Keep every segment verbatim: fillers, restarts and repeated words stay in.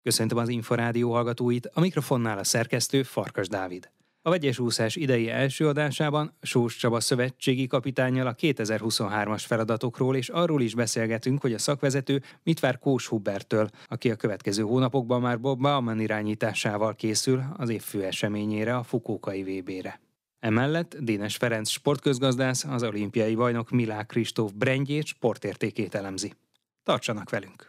Köszöntöm az Inforádió hallgatóit, a mikrofonnál a szerkesztő Farkas Dávid. A vegyes úszás idei első adásában Sós Csaba szövetségi kapitánnyal a kétezer-huszonhármas feladatokról és arról is beszélgetünk, hogy a szakvezető mit vár Kós Huberttől, aki a következő hónapokban már Bob Baumann irányításával készül az év fő eseményére, a Fukuokai vé bére. Emellett Dénes Ferenc sportközgazdász az olimpiai bajnok Milák Kristóf brandjét, sportértékét elemzi. Tartsanak velünk!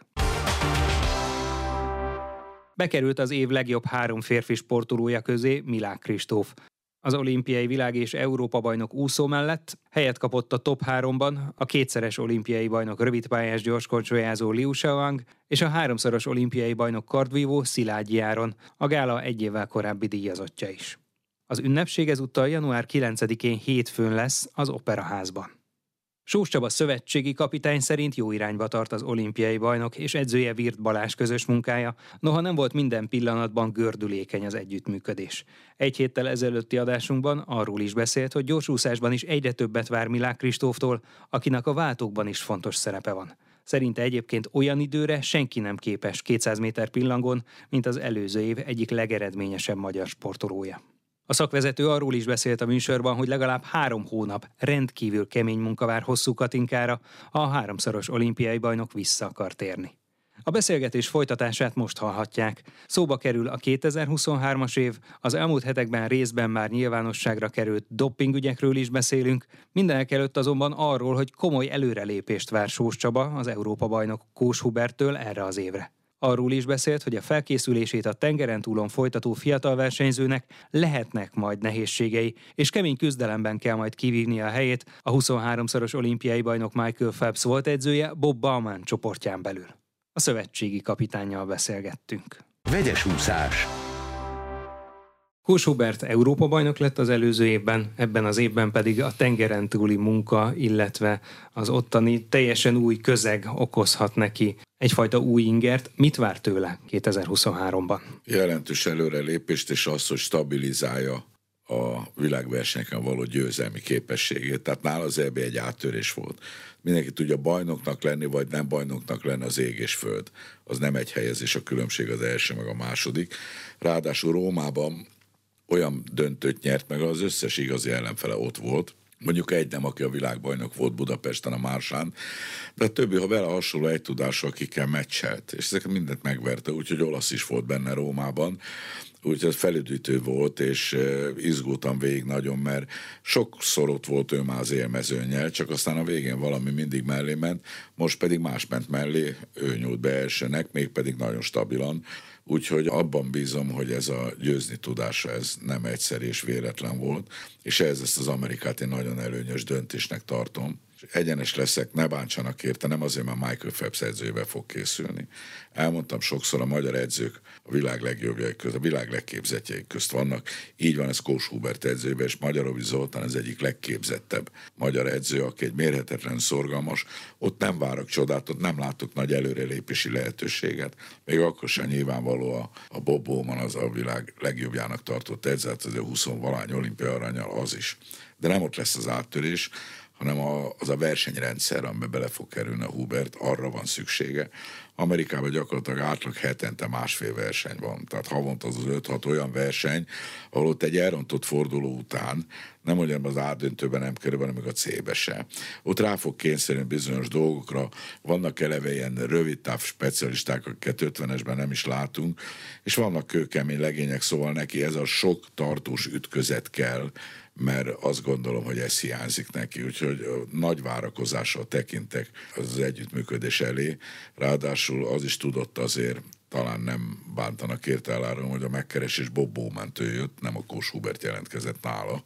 Bekerült az év legjobb három férfi sportolója közé Milák Kristóf. Az olimpiai világ- és Európa-bajnok úszó mellett helyet kapott a top háromban a kétszeres olimpiai bajnok rövidpályás gyorskorcsolyázó Liu Shaoang és a háromszoros olimpiai bajnok kardvívó Szilágyi Áron, a gála egy évvel korábbi díjazottja is. Az ünnepség ezúttal január kilencedikén hétfőn lesz az Operaházban. Sós Csaba szövetségi kapitány szerint jó irányba tart az olimpiai bajnok és edzője Virt Balázs közös munkája, noha nem volt minden pillanatban gördülékeny az együttműködés. Egy héttel ezelőtti adásunkban arról is beszélt, hogy gyorsúszásban is egyre többet vár Milák Kristóftól, akinek a váltókban is fontos szerepe van. Szerinte egyébként olyan időre senki nem képes kétszáz méter pillangon, mint az előző év egyik legeredményesebb magyar sportolója. A szakvezető arról is beszélt a műsorban, hogy legalább három hónap rendkívül kemény munka vár Hosszú Katinkára, ha a háromszoros olimpiai bajnok vissza akar térni. A beszélgetés folytatását most hallhatják. Szóba kerül a kétezer-huszonhármas év, az elmúlt hetekben részben már nyilvánosságra került doppingügyekről is beszélünk, mindenekelőtt azonban arról, hogy komoly előrelépést vár Sós Csaba, az Európa-bajnok Kós Huberttől erre az évre. Arról is beszélt, hogy a felkészülését a tengeren túlon folytató fiatal versenyzőnek lehetnek majd nehézségei, és kemény küzdelemben kell majd kivívnia a helyét a huszonháromszoros olimpiai bajnok Michael Phelps volt edzője Bob Baumann csoportján belül. A szövetségi kapitánnyal beszélgettünk. Vegyes úszás. Kós Hubert Európa-bajnok lett az előző évben, ebben az évben pedig a tengeren túli munka, illetve az ottani teljesen új közeg okozhat neki egyfajta új ingert. Mit vár tőle kétezer-huszonháromban? Jelentős előrelépést, és azt, hogy stabilizálja a világversenyeken való győzelmi képességét. Tehát nála az é bé egy áttörés volt. Mindenki tudja, bajnoknak lenni, vagy nem bajnoknak lenni, az ég és föld. Az nem egy helyezés, a különbség az első meg a második. Ráadásul Rómában olyan döntőt nyert meg, az összes igazi ellenfele ott volt. Mondjuk egy nem, aki a világbajnok volt Budapesten, a Mársán, de a többi, ha vele hasonló egy tudással kikkel meccselt, és ezeket mindent megverte, úgyhogy olasz is volt benne Rómában, úgyhogy ez felüdítő volt, és izgultam végig nagyon, mert sokszor ott volt ő már az élmezőnnyel, csak aztán a végén valami mindig mellé ment, most pedig más ment mellé, ő nyújt be elsőnek, mégpedig nagyon stabilan, úgyhogy abban bízom, hogy ez a győzni tudása, ez nem egyszerű és véletlen volt, és ez ezt az Amerikát én nagyon előnyös döntésnek tartom. Egyenes leszek, ne bántsanak érte, nem azért, mert Michael Phelps edzőjével fog készülni. Elmondtam sokszor, a magyar edzők a világ legjobbjaik közt, a világ legképzettjeik közt vannak. Így van ez Kós Hubert edzőjében, és Magyarovics Zoltán az egyik legképzettebb magyar edző, aki egy mérhetetlen szorgalmas. Ott nem várok csodát, ott nem látok nagy előrelépési lehetőséget. Még akkor sem nyilvánvaló a, a Bob Baumann az a világ legjobbjának tartott edző, az a húsz-valány olimpia aranyal az is. De nem ott lesz az áttörés, hanem a, az a versenyrendszer, amiben bele fog kerülni a Hubert, arra van szüksége. Amerikában gyakorlatilag átlag hetente másfél verseny van. Tehát havonta az az öt-hat olyan verseny, ahol ott egy elrontott forduló után, nem olyan az átdöntőben nem kerül, hanem még a C-be se. Ott rá fog kényszerülni bizonyos dolgokra, vannak eleve ilyen rövidtáv specialisták, akiket ötvenesben nem is látunk, és vannak kőkemény legények, szóval neki ez a sok tartós ütközet kell, mert azt gondolom, hogy ez hiányzik neki, úgyhogy nagy várakozással tekintek az együttműködés elé. Ráadásul az is tudott azért, talán nem bántanak érte eláron, hogy a megkeresés Bob Baumann-től jött, nem a Kós Hubert jelentkezett nála.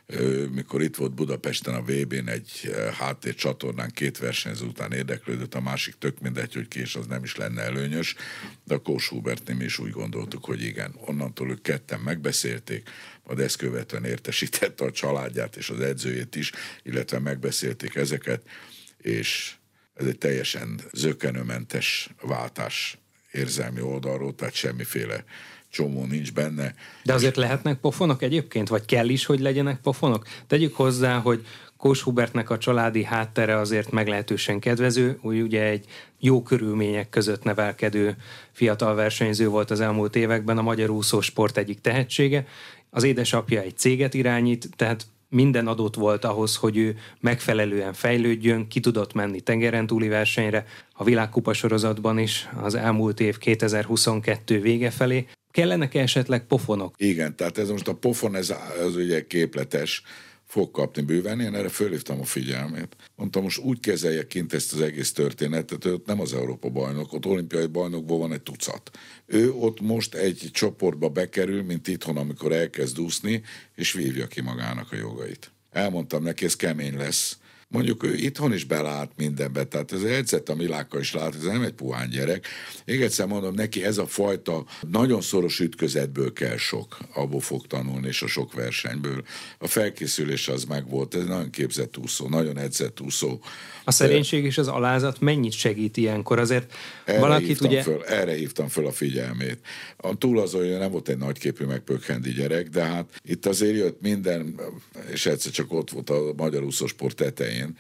Mikor itt volt Budapesten a vé bén egy háttércsatornán két versenyző után érdeklődött, a másik tök mindegy, hogy kés, az nem is lenne előnyös, de a Kós Hubertnél mi is úgy gondoltuk, hogy igen, onnantól ők ketten megbeszélték, majd ezt követően értesítette a családját és az edzőjét is, illetve megbeszélték ezeket, és ez egy teljesen zökkenőmentes váltás érzelmi oldalról, tehát semmiféle csomó nincs benne. De azért lehetnek pofonok egyébként, vagy kell is, hogy legyenek pofonok? Tegyük hozzá, hogy Kós Hubertnek a családi háttere azért meglehetősen kedvező, úgy ugye egy jó körülmények között nevelkedő fiatal versenyző volt az elmúlt években, a magyar úszósport egyik tehetsége. Az édesapja egy céget irányít, tehát minden adott volt ahhoz, hogy ő megfelelően fejlődjön, ki tudott menni tengeren túli versenyre, a világkupa sorozatban is az elmúlt év kétezer-huszonkettő vége felé. Kellenek-e esetleg pofonok? Igen, tehát ez most a pofon, ez, ez ugye képletes, fog kapni bőven, én erre fölhívtam a figyelmét. Mondtam, most úgy kezelje kint ezt az egész történetet, hogy ott nem az Európa bajnok, ott olimpiai bajnokból van egy tucat. Ő ott most egy csoportba bekerül, mint itthon, amikor elkezd úszni, és vívja ki magának a jogait. Elmondtam neki, ez kemény lesz. Mondjuk ő itthon is belát mindenbe, tehát ez edzett a Milákkal is lát, ez nem egy puhán gyerek. Még egyszer mondom, neki ez a fajta nagyon szoros ütközetből kell sok, abból fog tanulni, és a sok versenyből. A felkészülés az megvolt, ez nagyon képzett úszó, nagyon edzett úszó. A szerénység és az alázat mennyit segít ilyenkor? Azért erre valakit hívtam ugye... Föl, erre hívtam föl a figyelmét. A túl az, hogy nem volt egy nagyképű megpökhendi gyerek, de hát itt azért jött minden, és egyszer csak ott volt a magyar úszósport tetején,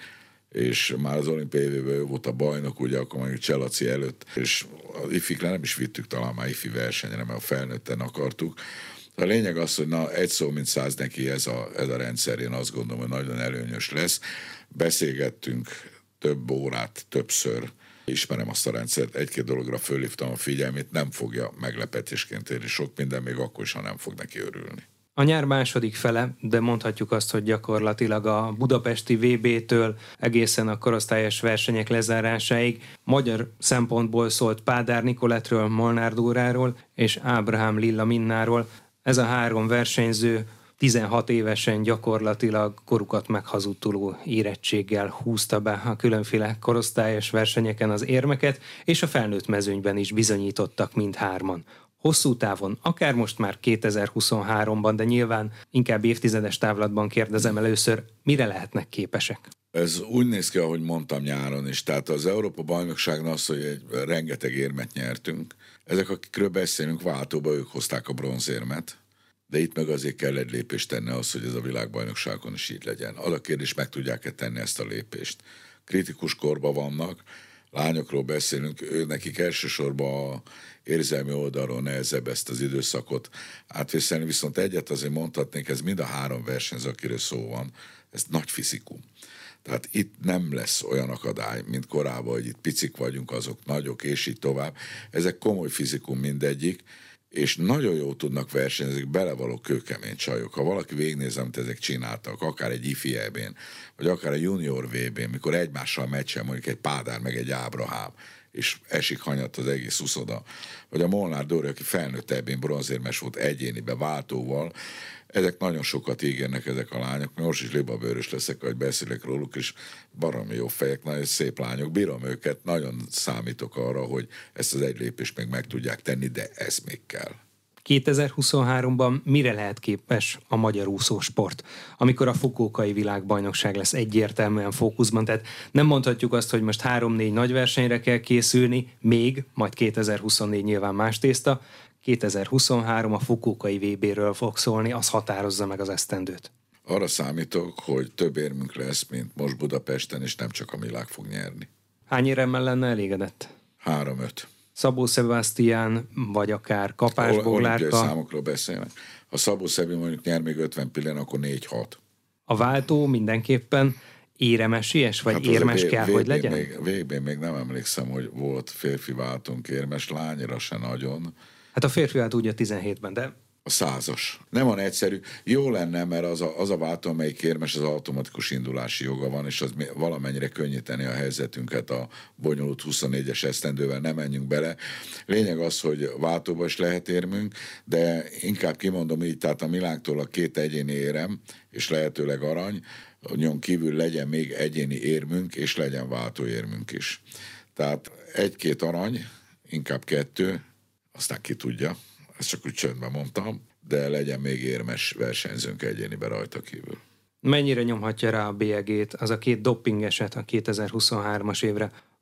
és már az olimpiai évben ő volt a bajnok, ugye akkor mondjuk Cselaci előtt, és az ifikre nem is vittük talán már ifi versenyre, mert a felnőtten akartuk. A lényeg az, hogy na, egy szó, mint száz neki ez a, ez a rendszer, én azt gondolom, hogy nagyon előnyös lesz. Beszélgettünk több órát, többször, ismerem azt a rendszert, egy-két dologra fölhívtam a figyelmét, nem fogja meglepetésként érni sok minden, még akkor is, ha nem fog neki örülni. A nyár második fele, de mondhatjuk azt, hogy gyakorlatilag a budapesti vé bé-től egészen a korosztályos versenyek lezárásáig magyar szempontból szólt Pádár Nikolettről, Molnár Dóráról és Ábrahám Lilla Minnáról. Ez a három versenyző tizenhat évesen gyakorlatilag korukat meghazudtoló érettséggel húzta be a különféle korosztályos versenyeken az érmeket, és a felnőtt mezőnyben is bizonyítottak mindhárman. Hosszú távon, akár most már kétezer-huszonháromban, de nyilván inkább évtizedes távlatban kérdezem először, mire lehetnek képesek? Ez úgy néz ki, ahogy mondtam nyáron is, tehát az Európa-bajnokságnál az, hogy egy rengeteg érmet nyertünk. Ezek, akikről beszélünk, váltóba ők hozták a bronzérmet, de itt meg azért kell egy lépést tenni az, hogy ez a világbajnokságon is így legyen. Az a kérdés, meg tudják-e tenni ezt a lépést. Kritikus korban vannak, lányokról beszélünk, ő nekik elsősorban a érzelmi oldalról nehezebb ezt az időszakot átvészelni, viszont egyet azért mondhatnék, ez mind a három versenyző, akiről szó van, ez nagy fizikum. Tehát itt nem lesz olyan akadály, mint korábban, hogy itt picik vagyunk, azok nagyok, és így tovább. Ezek komoly fizikum mindegyik, és nagyon jól tudnak versenyezni, belevaló kőkemény csajok. Ha valaki végignéz, amit ezek csináltak, akár egy ifi é bén, vagy akár a junior vé bén, mikor egymással meccsen mondjuk egy Pádár, meg egy Ábrahám, és esik hanyat az egész uszoda, vagy a Molnár Dóri, aki felnőtt é bén bronzérmes volt egyénibe váltóval, ezek nagyon sokat ígérnek ezek a lányok, most is libabőrös leszek, hogy beszélek róluk, és baromi jó fejek, nagyon szép lányok, bírom őket, nagyon számítok arra, hogy ezt az egy lépést még meg tudják tenni, de ez még kell. kétezer-huszonháromban mire lehet képes a magyar úszósport, amikor a Fukuokai világbajnokság lesz egyértelműen fókuszban? Tehát nem mondhatjuk azt, hogy most három-négy nagy versenyre kell készülni, még, majd kétezer-huszonnégy nyilván más tészta, kétezer-huszonhárom a Fukuokai vé béről fog szólni, az határozza meg az esztendőt. Arra számítok, hogy több érmünk lesz, mint most Budapesten, és nem csak a Milák fog nyerni. Hány éremmel lenne elégedett? Három-öt. Szabó Sebastián, vagy akár Kapás Boglárka. Olimpiai számokról beszélnek. Ha Szabó Szabi mondjuk nyer még ötven pillén, akkor négy-hat. A váltó mindenképpen éremesies, vagy hát érmes kell, vé- hogy legyen? Még, vé bén még nem emlékszem, hogy volt férfi váltónk érmes, lányra se nagyon. Hát a férfi váltó ugye tizenhétben, de... A százas. Nem van egyszerű. Jó lenne, mert az a, az a váltó, amelyik érmes, az automatikus indulási joga van, és az valamennyire könnyíteni a helyzetünket a bonyolult huszonnégyes esztendővel, nem menjünk bele. Lényeg az, hogy váltóba is lehet érmünk, de inkább kimondom így, tehát a Milánktól a két egyéni érem, és lehetőleg arany, nyon kívül legyen még egyéni érmünk, és legyen váltóérmünk is. Tehát egy-két arany, inkább kettő, aztán ki tudja, ezt csak úgy csöndben mondtam, de legyen még érmes versenyzőnk egyénibe rajta kívül. Mennyire nyomhatja rá a bélyegét az a két dopping eset a kétezer-huszonhármas évre,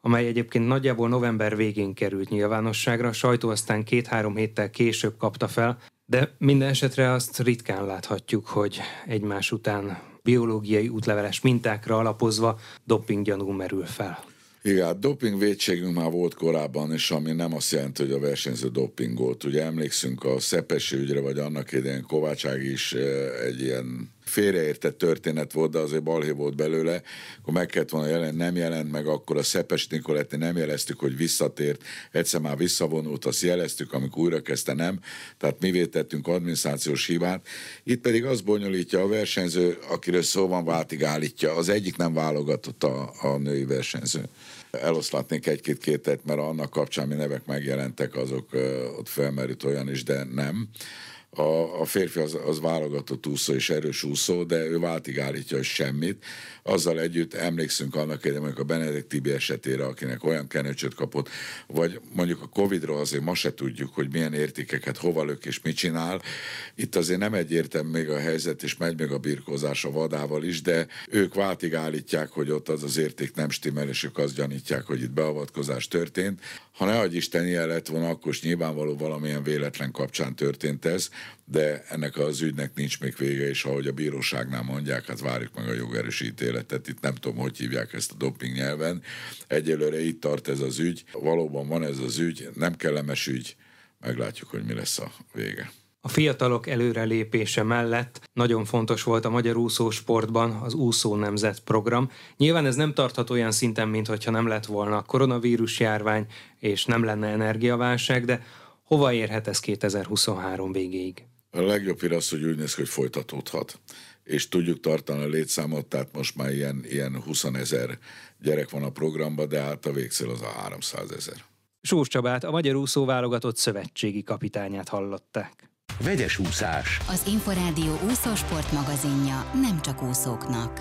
amely egyébként nagyjából november végén került nyilvánosságra, a sajtó aztán két-három héttel később kapta fel, de minden esetre azt ritkán láthatjuk, hogy egymás után biológiai útleveles mintákra alapozva dopinggyanú merül fel. Igen, hát doping vétségünk már volt korábban, és ami nem azt jelenti, hogy a versenyző dopingolt. Ugye emlékszünk a Szepesi ügyre, vagy annak idején Kovács Ági is egy ilyen félreértett történet volt, de azért balhé volt belőle, akkor meg kellett volna jelent, nem jelent meg, akkor a Szepes Nicoletti nem jeleztük, hogy visszatért, egyszer már visszavonult, azt jeleztük, amikor újra kezdte, nem, tehát mi vétettünk adminisztrációs hibát. Itt pedig az bonyolítja a versenyző, akiről szó van, váltig állítja, az egyik nem válogatott a, a női versenyző. Eloszlatnék egy-két kételt, mert annak kapcsán mi nevek megjelentek, azok ott felmerült olyan is, de nem. A, a férfi az, az válogatott úszó és erős úszó, de ő váltig állítja, hogy semmit. Azzal együtt emlékszünk annak idején, mondjuk a Benedek Tibi esetére, akinek olyan kenőcsöt kapott, vagy mondjuk a Covidról azért ma se tudjuk, hogy milyen értékeket hova lök és mit csinál. Itt azért nem egyértelmű még a helyzet, és megy még a birkózás a vadával is, de ők váltig állítják, hogy ott az az érték nem stimmel, és ők azt gyanítják, hogy itt beavatkozás történt. Ha ne adj Isten, ilyen lett volna, akkor is nyilvánvaló valamilyen véletlen kapcsán történt ez, de ennek az ügynek nincs még vége, és ahogy a bíróságnál mondják, hát várjuk meg a jogerős ítéletet. Itt nem tudom, hogy hívják ezt a doping nyelven. Egyelőre itt tart ez az ügy. Valóban van ez az ügy, nem kellemes ügy. Meglátjuk, hogy mi lesz a vége. A fiatalok előrelépése mellett nagyon fontos volt a magyar úszósportban az Úszó Nemzet program. Nyilván ez nem tarthat olyan szinten, mintha nem lett volna koronavírus járvány, és nem lenne energiaválság, de hova érhet ez kétezer-huszonhárom végéig? A legjobb hír az, hogy úgy néz ki, hogy folytatódhat. És tudjuk tartani a létszámot, tehát most már ilyen, ilyen huszonezer gyerek van a programban, de hát a végcél az a háromszázezer. Sós Csabát, a Magyar Úszó Válogatott szövetségi kapitányát hallották. Vegyes úszás. Az Inforádió úszósport magazinja nem csak úszóknak.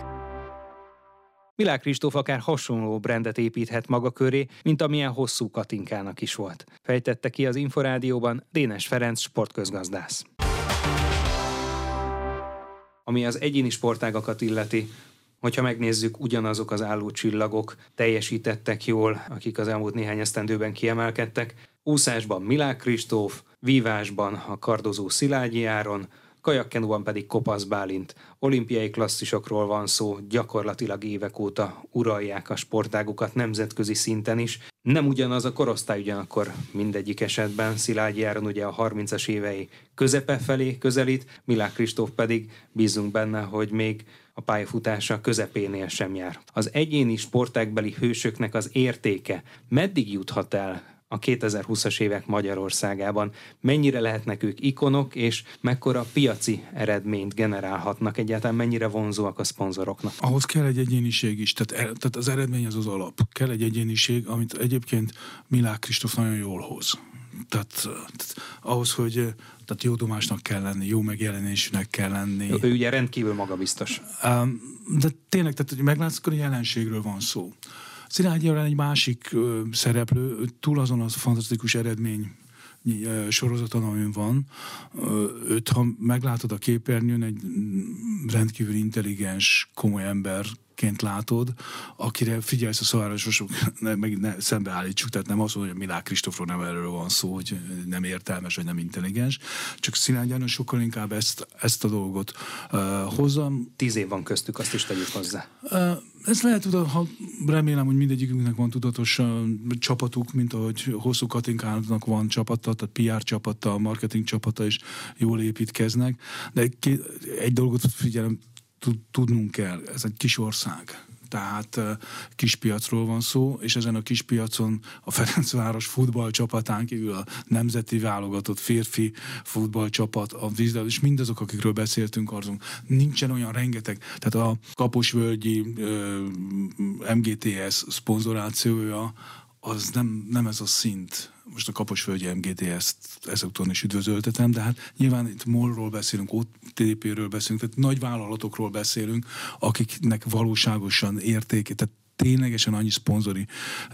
Milák Kristóf akár hasonló brandet építhet maga köré, mint amilyen Hosszú Katinkának is volt. Fejtette ki az Inforádióban Dénes Ferenc sportközgazdász. Ami az egyéni sportágakat illeti, hogyha megnézzük, ugyanazok az állócsillagok teljesítettek jól, akik az elmúlt néhány esztendőben kiemelkedtek. Úszásban Milák Kristóf, vívásban a kardozó Szilágyi Áron, kajakkenúban pedig Kopasz Bálint. Olimpiai klasszisokról van szó, gyakorlatilag évek óta uralják a sportágukat nemzetközi szinten is. Nem ugyanaz a korosztály, ugyanakkor mindegyik esetben. Szilágyi Áron ugye a harmincas évei közepe felé közelít, Milák Kristóf pedig bízunk benne, hogy még a pályafutása közepénél sem jár. Az egyéni sportágbeli hősöknek az értéke meddig juthat el a kétezer-húszas évek Magyarországában? Mennyire lehetnek ők ikonok, és mekkora piaci eredményt generálhatnak, egyáltalán mennyire vonzóak a szponzoroknak? Ahhoz kell egy egyéniség is, tehát, tehát az eredmény az az alap. Kell egy egyéniség, amit egyébként Milák Kristóf nagyon jól hoz. Tehát, tehát ahhoz, hogy tehát jó domásnak kell lenni, jó megjelenésnek kell lenni. Ő ugye rendkívül magabiztos. De tényleg, tehát hogy meglátszik, hogy jelenségről van szó. Szilágyi Áron egy másik ö, szereplő, túl azon az fantasztikus eredmény ö, sorozaton, amin van. Ö, őt, ha meglátod a képernyőn, egy rendkívül intelligens, komoly emberként látod, akire figyelsz a szavárososok, meg ne, szembeállítsuk, tehát nem azt mondja, hogy Milák Kristófról nem erről van szó, hogy nem értelmes, vagy nem intelligens, csak Szilágyi Áron sokkal inkább ezt, ezt a dolgot uh, hozzam. Tíz év van köztük, azt is tegyük hozzá. Uh, Ez lehet, ha remélem, hogy mindegyikünknek van tudatos uh, csapatuk, mint ahogy Hosszú Katinkának van csapata, tehát pé er csapata, marketing csapata is jól építkeznek, de egy, egy dolgot figyelem, tudnunk kell, ez egy kis ország. Tehát uh, kispiacról van szó, és ezen a kispiacon a Ferencváros futballcsapatán kívül a nemzeti válogatott férfi futballcsapat, a vízlabda, és mindazok, akikről beszéltünk, azon nincsen olyan rengeteg. Tehát a Kaposvölgyi uh, em gé té es szponzorációja, az nem, nem ez a szint. Most a Kaposvölgyi em gé té es-t ezúton is üdvözöltetem, de hát nyilván itt MOL-ról beszélünk, o té pé-ről beszélünk, tehát nagy vállalatokról beszélünk, akiknek valóságosan érték, tehát ténylegesen annyi szponzori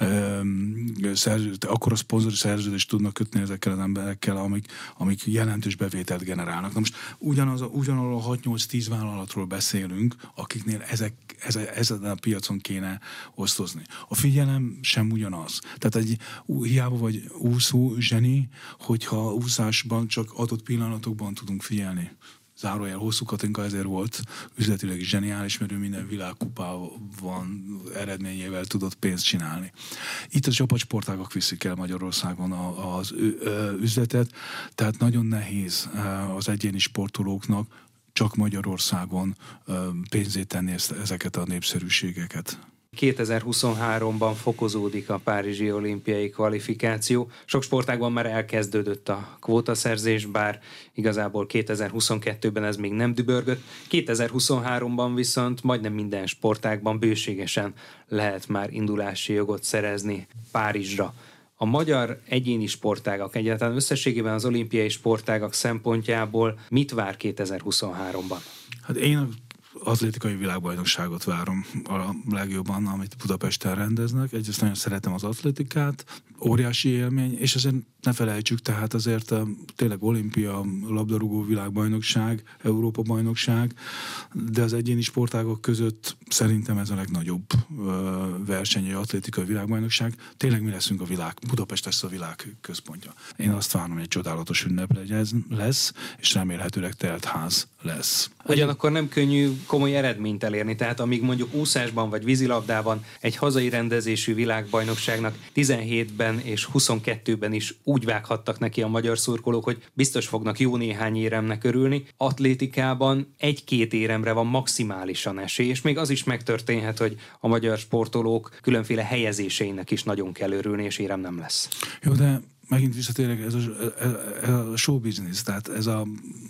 szerződést, akkor a szponzori szerződést tudnak kötni ezekkel az emberekkel, amik, amik jelentős bevételt generálnak. Na most ugyanaz, ugyanarról a hat-nyolc-tíz vállalatról beszélünk, akiknél ezek, ezen a piacon kéne osztozni. A figyelem sem ugyanaz. Tehát egy hiába vagy úszó zseni, hogyha úszásban csak adott pillanatokban tudunk figyelni. Zárójel hosszú Katinka ezért volt üzletileg is zseniális, mert ő minden világkupában eredményével tudott pénzt csinálni. Itt a csapatsportágak viszik el Magyarországon az üzletet, tehát nagyon nehéz az egyéni sportolóknak csak Magyarországon pénzét tenni ezeket a népszerűségeket. kétezer-huszonháromban fokozódik a párizsi olimpiai kvalifikáció. Sok sportágban már elkezdődött a kvótaszerzés, bár igazából kétezer-huszonkettőben ez még nem dübörgött. kétezer-huszonháromban viszont majdnem minden sportágban bőségesen lehet már indulási jogot szerezni Párizsra. A magyar egyéni sportágak, egyáltalán összességében az olimpiai sportágak szempontjából mit vár kétezer-huszonháromban? Hát én atlétikai világbajnokságot várom a legjobban, amit Budapesten rendeznek. Egyrészt nagyon szeretem az atlétikát, óriási élmény, és azért ne felejtsük, tehát azért tényleg olimpia, labdarúgó világbajnokság, Európa bajnokság, de az egyéni sportágok között szerintem ez a legnagyobb verseny, az atlétikai világbajnokság. Tényleg mi leszünk a világ, Budapest lesz a világ központja. Én azt várom, hogy egy csodálatos ünnep lesz, és remélhetőleg telt ház lesz. Ugyanakkor nem könnyű komoly eredményt elérni, tehát amíg mondjuk úszásban vagy vízilabdában egy hazai rendezésű világbajnokságnak tizenhétben és huszonkettőben is úgy vághattak neki a magyar szurkolók, hogy biztos fognak jó néhány éremnek örülni. Atlétikában egy-két éremre van maximálisan esély, és még az is megtörténhet, hogy a magyar sportolók különféle helyezéseinek is nagyon kell örülni, és érem nem lesz. Jó, de megint visszatérek, ez a, ez a show business, tehát ez a,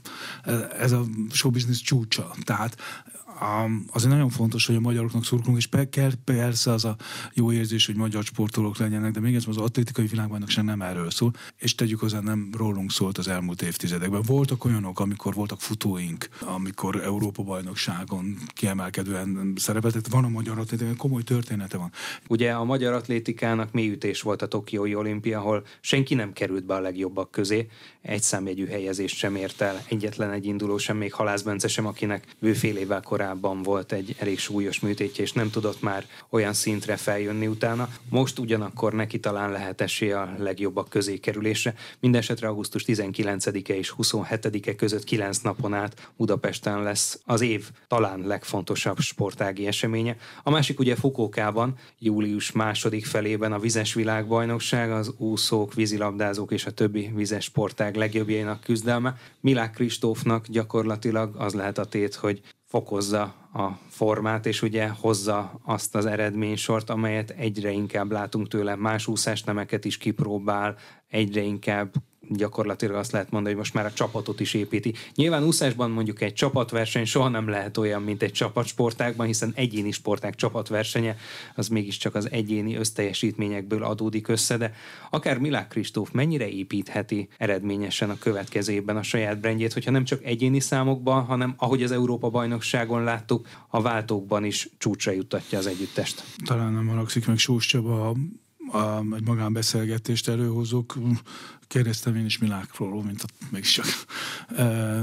ez a show business csúcsa. Tehát Um, azért nagyon fontos, hogy a magyaroknak szurkolunk, és kell persze az a jó érzés, hogy magyar sportolók legyenek, de még ez az atlétikai világbajnokság nem erről szól, és tegyük hozzá, nem rólunk szólt az elmúlt évtizedekben. Voltak olyanok, amikor voltak futóink, amikor Európa-bajnokságon kiemelkedően szerepeltek. Van a magyar atlétikán, komoly története van. Ugye a magyar atlétikának mélyütés volt a tokiói olimpia, ahol senki nem került be a legjobbak közé, egy számjegyű helyezést sem ért el, egyetlen egy induló sem, még Halász Bence sem, akinek bőfél évvel korábban volt egy elég súlyos műtétje, és nem tudott már olyan szintre feljönni utána. Most ugyanakkor neki talán lehet esélye a legjobbak közé kerülésre. Mindenesetre augusztus tizenkilencedike és huszonhetedike között kilenc napon át Budapesten lesz az év talán legfontosabb sportági eseménye. A másik ugye Fukuokában, július második felében a vizes világbajnokság, az úszók, vízilabdázók és a többi vizes sportág legjobbjainak küzdelme. Milák Kristófnak gyakorlatilag az lehet a tét, hogy fokozza a formát, és ugye hozza azt az eredménysort, amelyet egyre inkább látunk tőle. Más úszásnemeket is kipróbál, egyre inkább gyakorlatilag azt lehet mondani, hogy most már a csapatot is építi. Nyilván úszásban mondjuk egy csapatverseny soha nem lehet olyan, mint egy csapatsportágban, hiszen egyéni sportág csapatversenye, az mégiscsak az egyéni összteljesítményekből adódik össze, de akár Milák Kristóf mennyire építheti eredményesen a következő évben a saját brandjét, hogyha nem csak egyéni számokban, hanem ahogy az Európa-bajnokságon láttuk, a váltókban is csúcsra juttatja az együttest. Talán nem haragszik meg Sós Csaba, A, egy magánbeszélgetést előhozok, kérdeztem én is Milákról, mint a, mégiscsak e,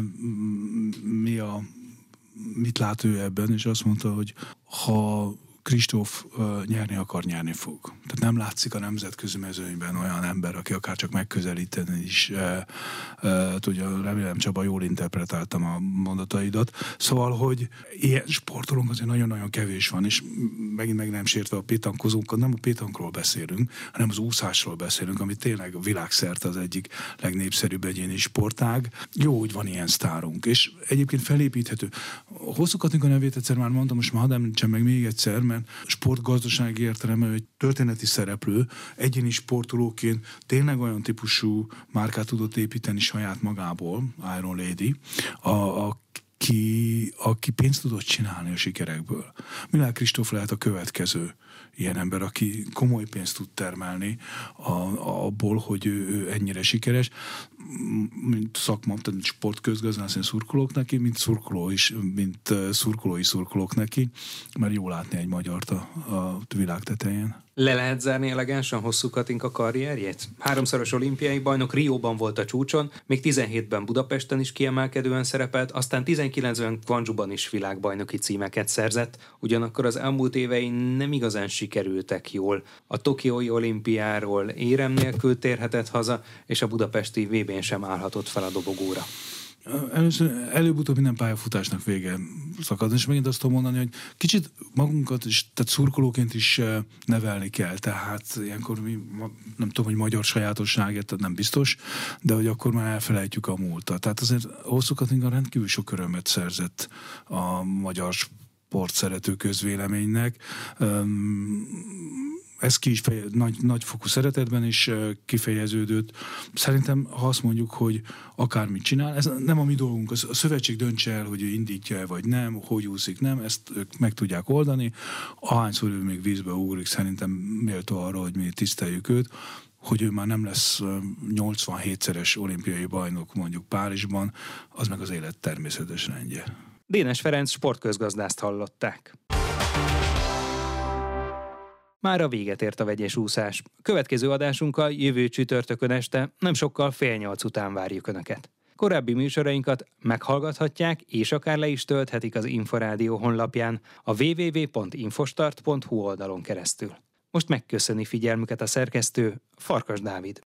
mi a, mit lát ő ebben, és azt mondta, hogy ha Kristóf uh, nyerni akar, nyerni fog. Tehát nem látszik a nemzetközi mezőnyben olyan ember, aki akár csak megközelíteni is uh, uh, tudja, remélem Csaba, jól interpretáltam a mondataidat. Szóval, hogy ilyen sportolónk azért nagyon-nagyon kevés van, és megint meg nem sértve a pétankozónkat, nem a pétankról beszélünk, hanem az úszásról beszélünk, ami tényleg világszerte az egyik legnépszerűbb egyéni sportág. Jó, hogy van ilyen sztárunk, és egyébként felépíthető. Hosszú Katinka nevét egyszer már mondtam, most már hadd említsem meg még egyszer, mert sportgazdasági értelemben egy történeti szereplő, egyéni sportolóként tényleg olyan típusú márkát tudott építeni saját magából, Iron Lady, a, a Ki, aki pénzt tudott csinálni a sikerekből. Milák Kristóf lehet a következő ilyen ember, aki komoly pénzt tud termelni a, a, abból, hogy ő, ő ennyire sikeres. mint szakma, tehát sportközgazdász, szurkolók neki, mint szurkoló is, mint szurkolói szurkolók neki, mert jó látni egy magyart a, a világ tetején. Le lehet zárni elegánsan Hosszú Katinka karrierjét? Háromszoros olimpiai bajnok, Rióban volt a csúcson, még tizenhétben Budapesten is kiemelkedően szerepelt, aztán tizenkilencben Guangzhouban is világbajnoki címeket szerzett, ugyanakkor az elmúlt évei nem igazán sikerültek jól. A tokiói olimpiáról érem nélkül térhetett haza, és a budapesti vé bén sem állhatott fel a dobogóra. Először, előbb-utóbb minden pályafutásnak vége szakad, és megint azt tudom mondani, hogy kicsit magunkat is, tehát szurkolóként is nevelni kell, tehát ilyenkor mi, nem tudom, hogy magyar sajátosságért, nem biztos, de hogy akkor már elfelejtjük a múltat. Tehát azért Hosszú Katinka rendkívül sok örömet szerzett a magyar sportszerető közvéleménynek. Ez ki is feje, nagy, nagyfokú szeretetben is kifejeződött. Szerintem, ha azt mondjuk, hogy akármit csinál, ez nem a mi dolgunk. A szövetség döntse el, hogy ő indítja-e vagy nem, hogy úszik, nem, ezt ők meg tudják oldani. Ahányszor ő még vízbe ugrik, szerintem méltó arra, hogy mi tiszteljük őt, hogy ő már nem lesz nyolcvanhétszeres olimpiai bajnok mondjuk Párizsban, az meg az élet természetes rendje. Dénes Ferenc sportközgazdást hallották. Mára véget ért a vegyes úszás. Következő adásunkkal jövő csütörtökön este, nem sokkal fél nyolc után várjuk Önöket. Korábbi műsorainkat meghallgathatják, és akár le is tölthetik az Inforádió honlapján a double-u double-u double-u pont infostart pont hu oldalon keresztül. Most megköszöni figyelmüket a szerkesztő, Farkas Dávid.